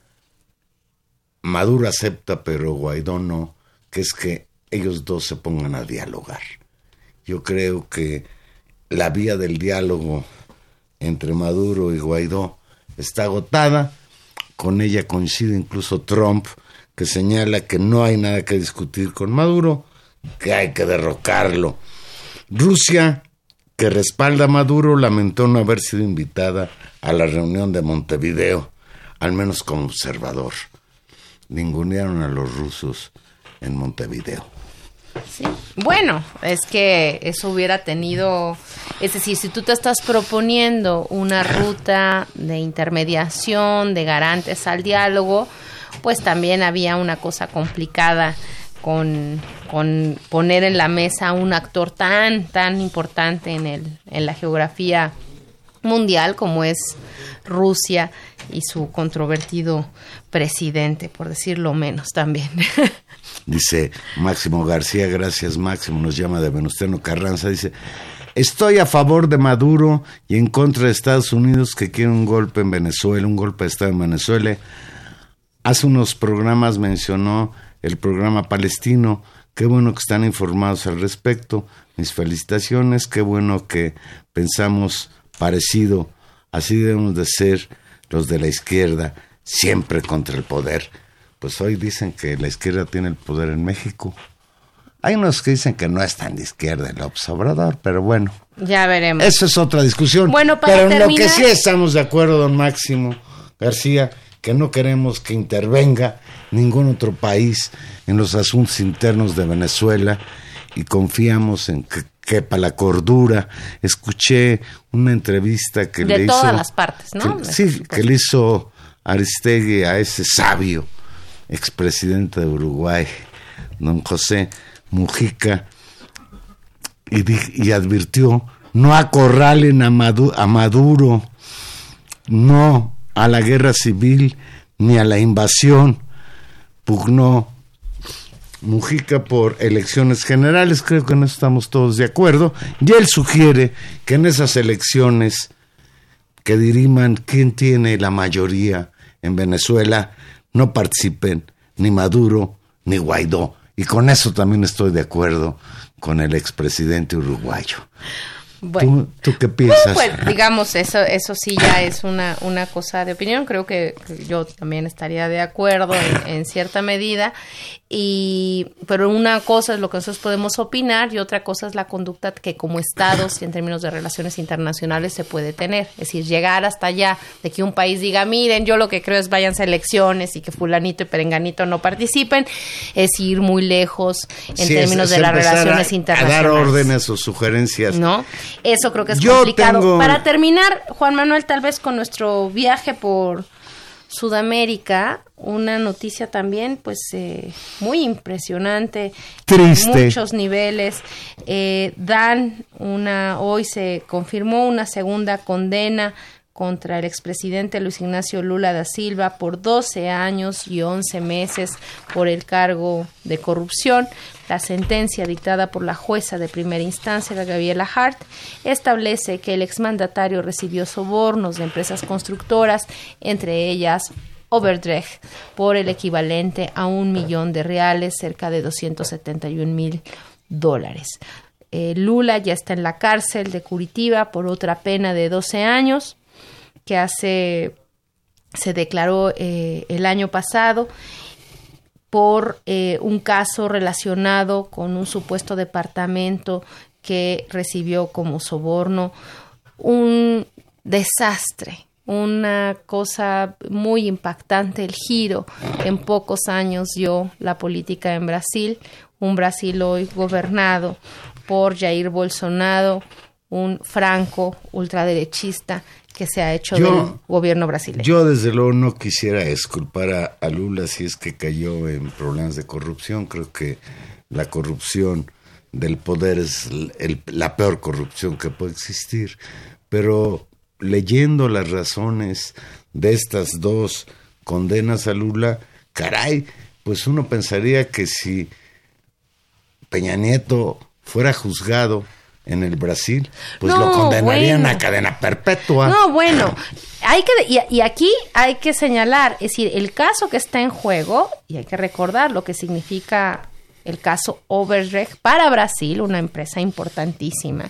Maduro acepta, pero Guaidó no, que es que ellos dos se pongan a dialogar. Yo creo que la vía del diálogo entre Maduro y Guaidó está agotada. Con ella coincide incluso Trump, que señala que no hay nada que discutir con Maduro, que hay que derrocarlo. Rusia, que respalda a Maduro, lamentó no haber sido invitada a la reunión de Montevideo, al menos como observador. Ningunearon a los rusos en Montevideo. Sí. Bueno, es que eso hubiera tenido, es decir, si tú te estás proponiendo una ruta de intermediación, de garantes al diálogo, pues también había una cosa complicada con, con poner en la mesa a un actor tan, tan importante en el, en la geografía mundial como es Rusia y su controvertido presidente, por decirlo menos también. Dice Máximo García, gracias Máximo, nos llama de Venustiano Carranza, dice: estoy a favor de Maduro y en contra de Estados Unidos, que quiere un golpe en Venezuela, un golpe de Estado en Venezuela. Hace unos programas mencionó el programa palestino. Qué bueno que están informados al respecto. Mis felicitaciones, qué bueno que pensamos parecido. Así debemos de ser los de la izquierda, siempre contra el poder. Pues hoy dicen que la izquierda tiene el poder en México. Hay unos que dicen que no es tan de izquierda el López Obrador, pero bueno. Ya veremos. Eso es otra discusión. Bueno, para pero en terminar... lo que sí estamos de acuerdo, don Máximo García, que no queremos que intervenga ningún otro país en los asuntos internos de Venezuela y confiamos en que quepa la cordura. Escuché una entrevista que de le hizo... De todas las partes, ¿no? Que, sí, que le hizo Aristegui a ese sabio expresidente de Uruguay, don José Mujica, y, y advirtió: no acorralen a Maduro, a Maduro, no a la guerra civil ni a la invasión. Pugnó Mujica por elecciones generales, creo que en eso estamos todos de acuerdo, y él sugiere que en esas elecciones que diriman quién tiene la mayoría en Venezuela, no participen ni Maduro ni Guaidó. Y con eso también estoy de acuerdo con el expresidente uruguayo. Bueno, ¿Tú, ¿Tú qué piensas? Pues digamos, eso eso sí ya es una, una cosa de opinión. Creo que yo también estaría de acuerdo en, en cierta medida. Y pero una cosa es lo que nosotros podemos opinar y otra cosa es la conducta que como estados y en términos de relaciones internacionales se puede tener. Es decir, llegar hasta allá de que un país diga: miren, yo lo que creo es váyanse a elecciones y que fulanito y perenganito no participen, es ir muy lejos en sí, términos es, es de las relaciones a, internacionales. A dar órdenes o sugerencias. ¿No? Eso creo que es yo complicado. Tengo... Para terminar, Juan Manuel, tal vez con nuestro viaje por Sudamérica, una noticia también pues eh, muy impresionante, triste, en muchos niveles. Eh, dan una, hoy se confirmó una segunda condena contra el expresidente Luis Ignacio Lula da Silva por doce años y once meses por el cargo de corrupción. La sentencia dictada por la jueza de primera instancia, Gabriela Hart, establece que el exmandatario recibió sobornos de empresas constructoras, entre ellas Overdrecht, por el equivalente a un millón de reales, cerca de doscientos setenta y un mil dólares. Eh, Lula ya está en la cárcel de Curitiba por otra pena de doce años, que hace se declaró eh, el año pasado por eh, un caso relacionado con un supuesto departamento que recibió como soborno. Un desastre, una cosa muy impactante, el giro que en pocos años dio la política en Brasil, un Brasil hoy gobernado por Jair Bolsonaro, un franco ultraderechista que se ha hecho yo, del gobierno brasileño. Yo desde luego no quisiera exculpar a, a Lula si es que cayó en problemas de corrupción. Creo que la corrupción del poder es el, el, la peor corrupción que puede existir. Pero leyendo las razones de estas dos condenas a Lula, caray, pues uno pensaría que si Peña Nieto fuera juzgado en el Brasil, pues no, lo condenarían bueno. a cadena perpetua. No, bueno, hay que y, y aquí hay que señalar, es decir, el caso que está en juego, y hay que recordar lo que significa el caso Overdrecht para Brasil, una empresa importantísima,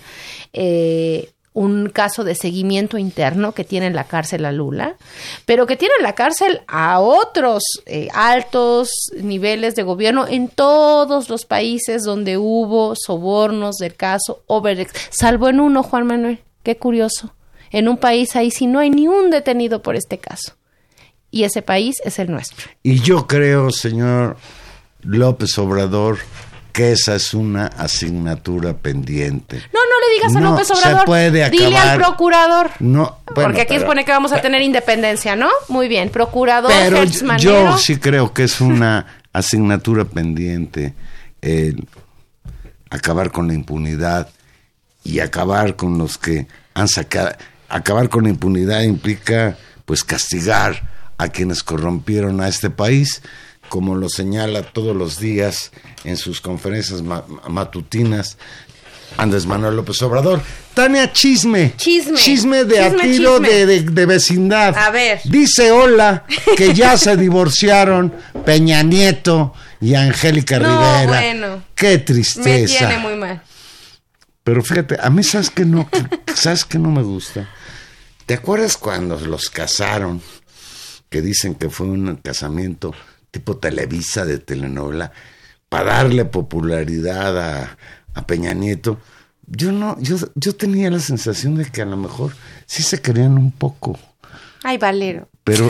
eh, un caso de seguimiento interno que tiene en la cárcel a Lula, pero que tiene en la cárcel a otros eh, altos niveles de gobierno en todos los países donde hubo sobornos del caso Overdrecht, salvo en uno, Juan Manuel, qué curioso, en un país ahí sí no hay ni un detenido por este caso, y ese país es el nuestro. Y yo creo, señor López Obrador, que esa es una asignatura pendiente. No, no le digas a no López Obrador. Se puede acabar. Dile al procurador. No, bueno, porque aquí pero, supone que vamos a tener independencia, ¿no? Muy bien, procurador pero Hertz Manero. Yo sí creo que es una asignatura pendiente el acabar con la impunidad y acabar con los que han sacado. Acabar con la impunidad implica, pues, castigar a quienes corrompieron a este país, como lo señala todos los días en sus conferencias ma- matutinas Andrés Manuel López Obrador. Tania, chisme. Chisme. Chisme de Chisme, a tiro chisme. De, de, de vecindad. A ver. Dice Hola que ya se divorciaron Peña Nieto y Angélica no, Rivera. Bueno. Qué tristeza. Me tiene muy mal. Pero fíjate, a mí sabes que no, sabes que no me gusta. ¿Te acuerdas cuando los casaron? Que dicen que fue un casamiento tipo Televisa, de telenovela, para darle popularidad a, a Peña Nieto. Yo no, yo, yo tenía la sensación de que a lo mejor sí se querían un poco. Ay, Valero. Pero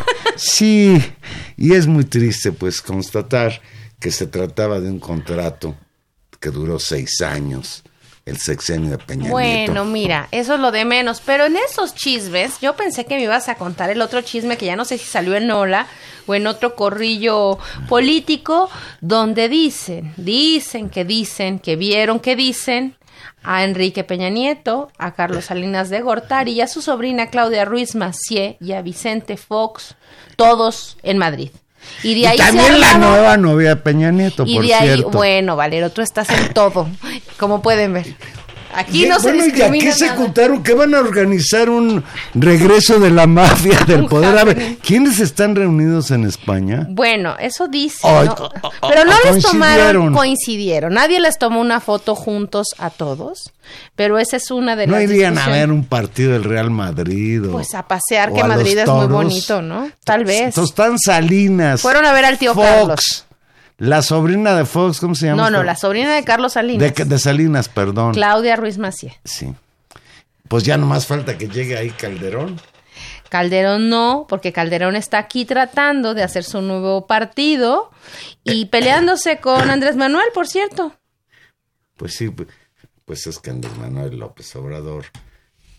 sí, y es muy triste pues constatar que se trataba de un contrato que duró seis años. El sexenio de Peña bueno, Nieto. Bueno, mira, eso es lo de menos. Pero en esos chismes, yo pensé que me ibas a contar el otro chisme que ya no sé si salió en Ola o en otro corrillo político, donde dicen, dicen que dicen, que vieron que dicen a Enrique Peña Nieto, a Carlos Salinas de Gortari y a su sobrina Claudia Ruiz Massieu y a Vicente Fox, todos en Madrid. Y, de y ahí también se la nueva novia de Peña Nieto, y por de ahí, cierto. Bueno, Valero, tú estás en todo, como pueden ver. Aquí y, no bueno, se discrimina ¿y aquí se nada. contaron que van a organizar un regreso de la mafia del Un poder? A ver, happening. ¿quiénes están reunidos en España? Bueno, eso dice, Oh, ¿no? oh, oh, Pero no oh, les tomaron, coincidieron. coincidieron. Nadie les tomó una foto juntos a todos, pero esa es una de No las irían a discusiones. ver un partido del Real Madrid. O, Pues a pasear, o que a Madrid los es muy toros. bonito, ¿no? Tal vez. Tostán Salinas. Fueron a ver al tío Fox, Carlos. La sobrina de Fox, ¿cómo se llama? No, no, esta? la sobrina de Carlos Salinas. De, de Salinas, perdón. Claudia Ruiz Massieu. Sí. Pues ya nomás falta que llegue ahí Calderón. Calderón no, porque Calderón está aquí tratando de hacer su nuevo partido y peleándose con Andrés Manuel, por cierto. Pues sí, pues es que Andrés Manuel López Obrador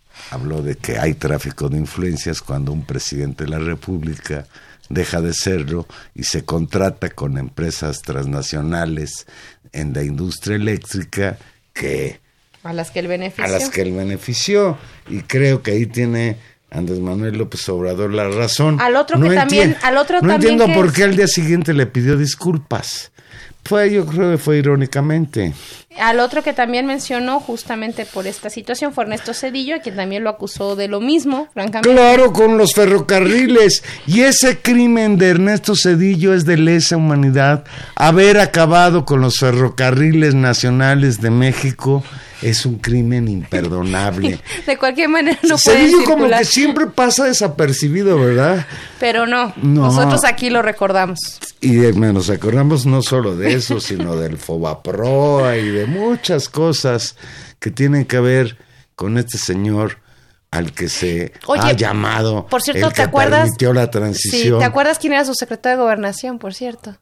habló de que hay tráfico de influencias cuando un presidente de la República deja de serlo y se contrata con empresas transnacionales en la industria eléctrica que a las que él benefició. A las que él benefició. Y creo que ahí tiene Andrés Manuel López Obrador la razón. Al otro que no también, al otro no también entiendo que por es... qué al día siguiente le pidió disculpas. Fue, yo creo que fue irónicamente. Al otro que también mencionó justamente por esta situación fue Ernesto Zedillo, a quien también lo acusó de lo mismo, francamente. Claro, con los ferrocarriles. Y ese crimen de Ernesto Zedillo es de lesa humanidad. Haber acabado con los ferrocarriles nacionales de México es un crimen imperdonable. De cualquier manera no puede Zedillo circular. como que siempre pasa desapercibido, ¿verdad? Pero no, no, nosotros aquí lo recordamos. Y eh, nos acordamos no solo de eso, sino del Fobaproa y de muchas cosas que tienen que ver con este señor al que se Oye, ha llamado, por cierto, el ¿te que acuerdas? permitió la transición. Sí, ¿te acuerdas quién era su secretario de Gobernación, por cierto?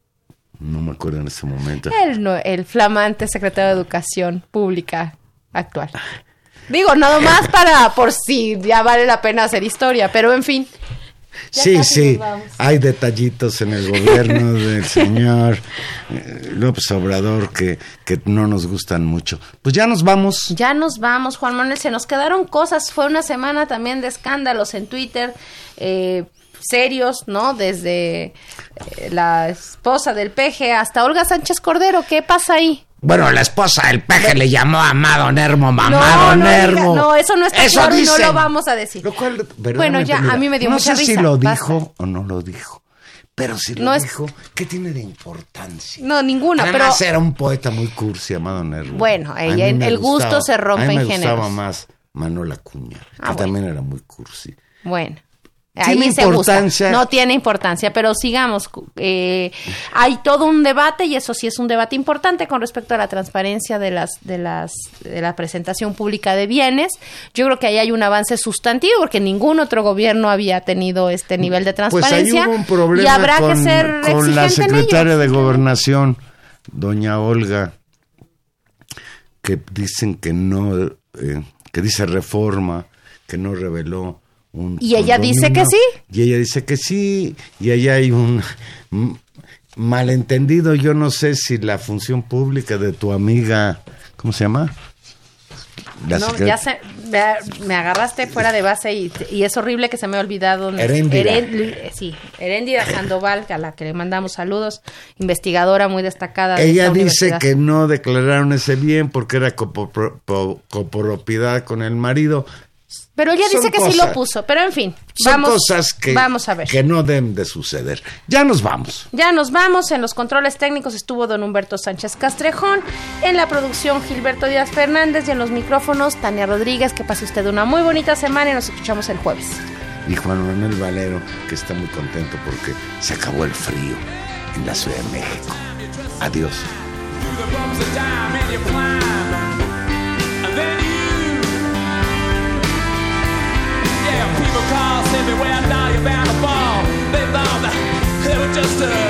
No me acuerdo en ese momento. El, no, el flamante secretario de Educación Pública actual. Digo, nada más para, por si ya vale la pena hacer historia, pero en fin. Sí, sí, hay detallitos en el gobierno del señor eh, López Obrador que, que no nos gustan mucho. Pues ya nos vamos. Ya nos vamos, Juan Manuel, se nos quedaron cosas, fue una semana también de escándalos en Twitter, eh, serios, ¿no? Desde eh, la esposa del Peje hasta Olga Sánchez Cordero, ¿qué pasa ahí? Bueno, la esposa del Peje le llamó a Amado Nermo, mamá no, no, Nermo. Diga, no, eso no está eso claro y dicen. no lo vamos a decir. Lo cual, bueno, ya, mira, a mí me dio no mucha sé risa. si lo Basta. dijo o no lo dijo, pero si lo no es... dijo, ¿qué tiene de importancia? No, ninguna, Además, pero... era un poeta muy cursi, Amado Nermo. Bueno, ella, el gusto gustaba, se rompe en géneros. A mí me géneros. gustaba más Manuel Acuña, Ah, que bueno. también era muy cursi. Bueno. ¿Tiene Ahí se importancia? gusta. No tiene importancia, pero sigamos. Eh, hay todo un debate y eso sí es un debate importante con respecto a la transparencia de las de las de la presentación pública de bienes. Yo creo que ahí hay un avance sustantivo porque ningún otro gobierno había tenido este nivel de transparencia. Pues ahí hubo un problema y habrá con, que ser con la exigente en secretaria ello. de Gobernación, doña Olga, que dicen que no, eh, que dice Reforma, que no reveló un Y ella condominio, dice que sí. Y ella dice que sí, y allá hay un m- malentendido, yo no sé si la función pública de tu amiga, ¿cómo se llama? La No, secret- ya se, me, me agarraste fuera de base y, y es horrible que se me ha olvidado. Heréndira. Heren- sí, Heréndira Sandoval, a la que le mandamos saludos, investigadora muy destacada. de Ella esta dice universidad. que no declararon ese bien porque era copropro- po- copropiedad con el marido. Pero ella Son dice que sí cosas- lo puso, pero en fin, Son vamos, cosas que, vamos a ver. que no deben de suceder. Ya nos vamos. Ya nos vamos, en los controles técnicos estuvo don Humberto Sánchez Castrejón, en la producción Gilberto Díaz Fernández y en los micrófonos Tania Rodríguez. Que pase usted una muy bonita semana y nos escuchamos el jueves. Y Juan Manuel Valero, que está muy contento porque se acabó el frío en la Ciudad de México. Adiós. People call, say me where now you're bound to fall. They thought that they were just a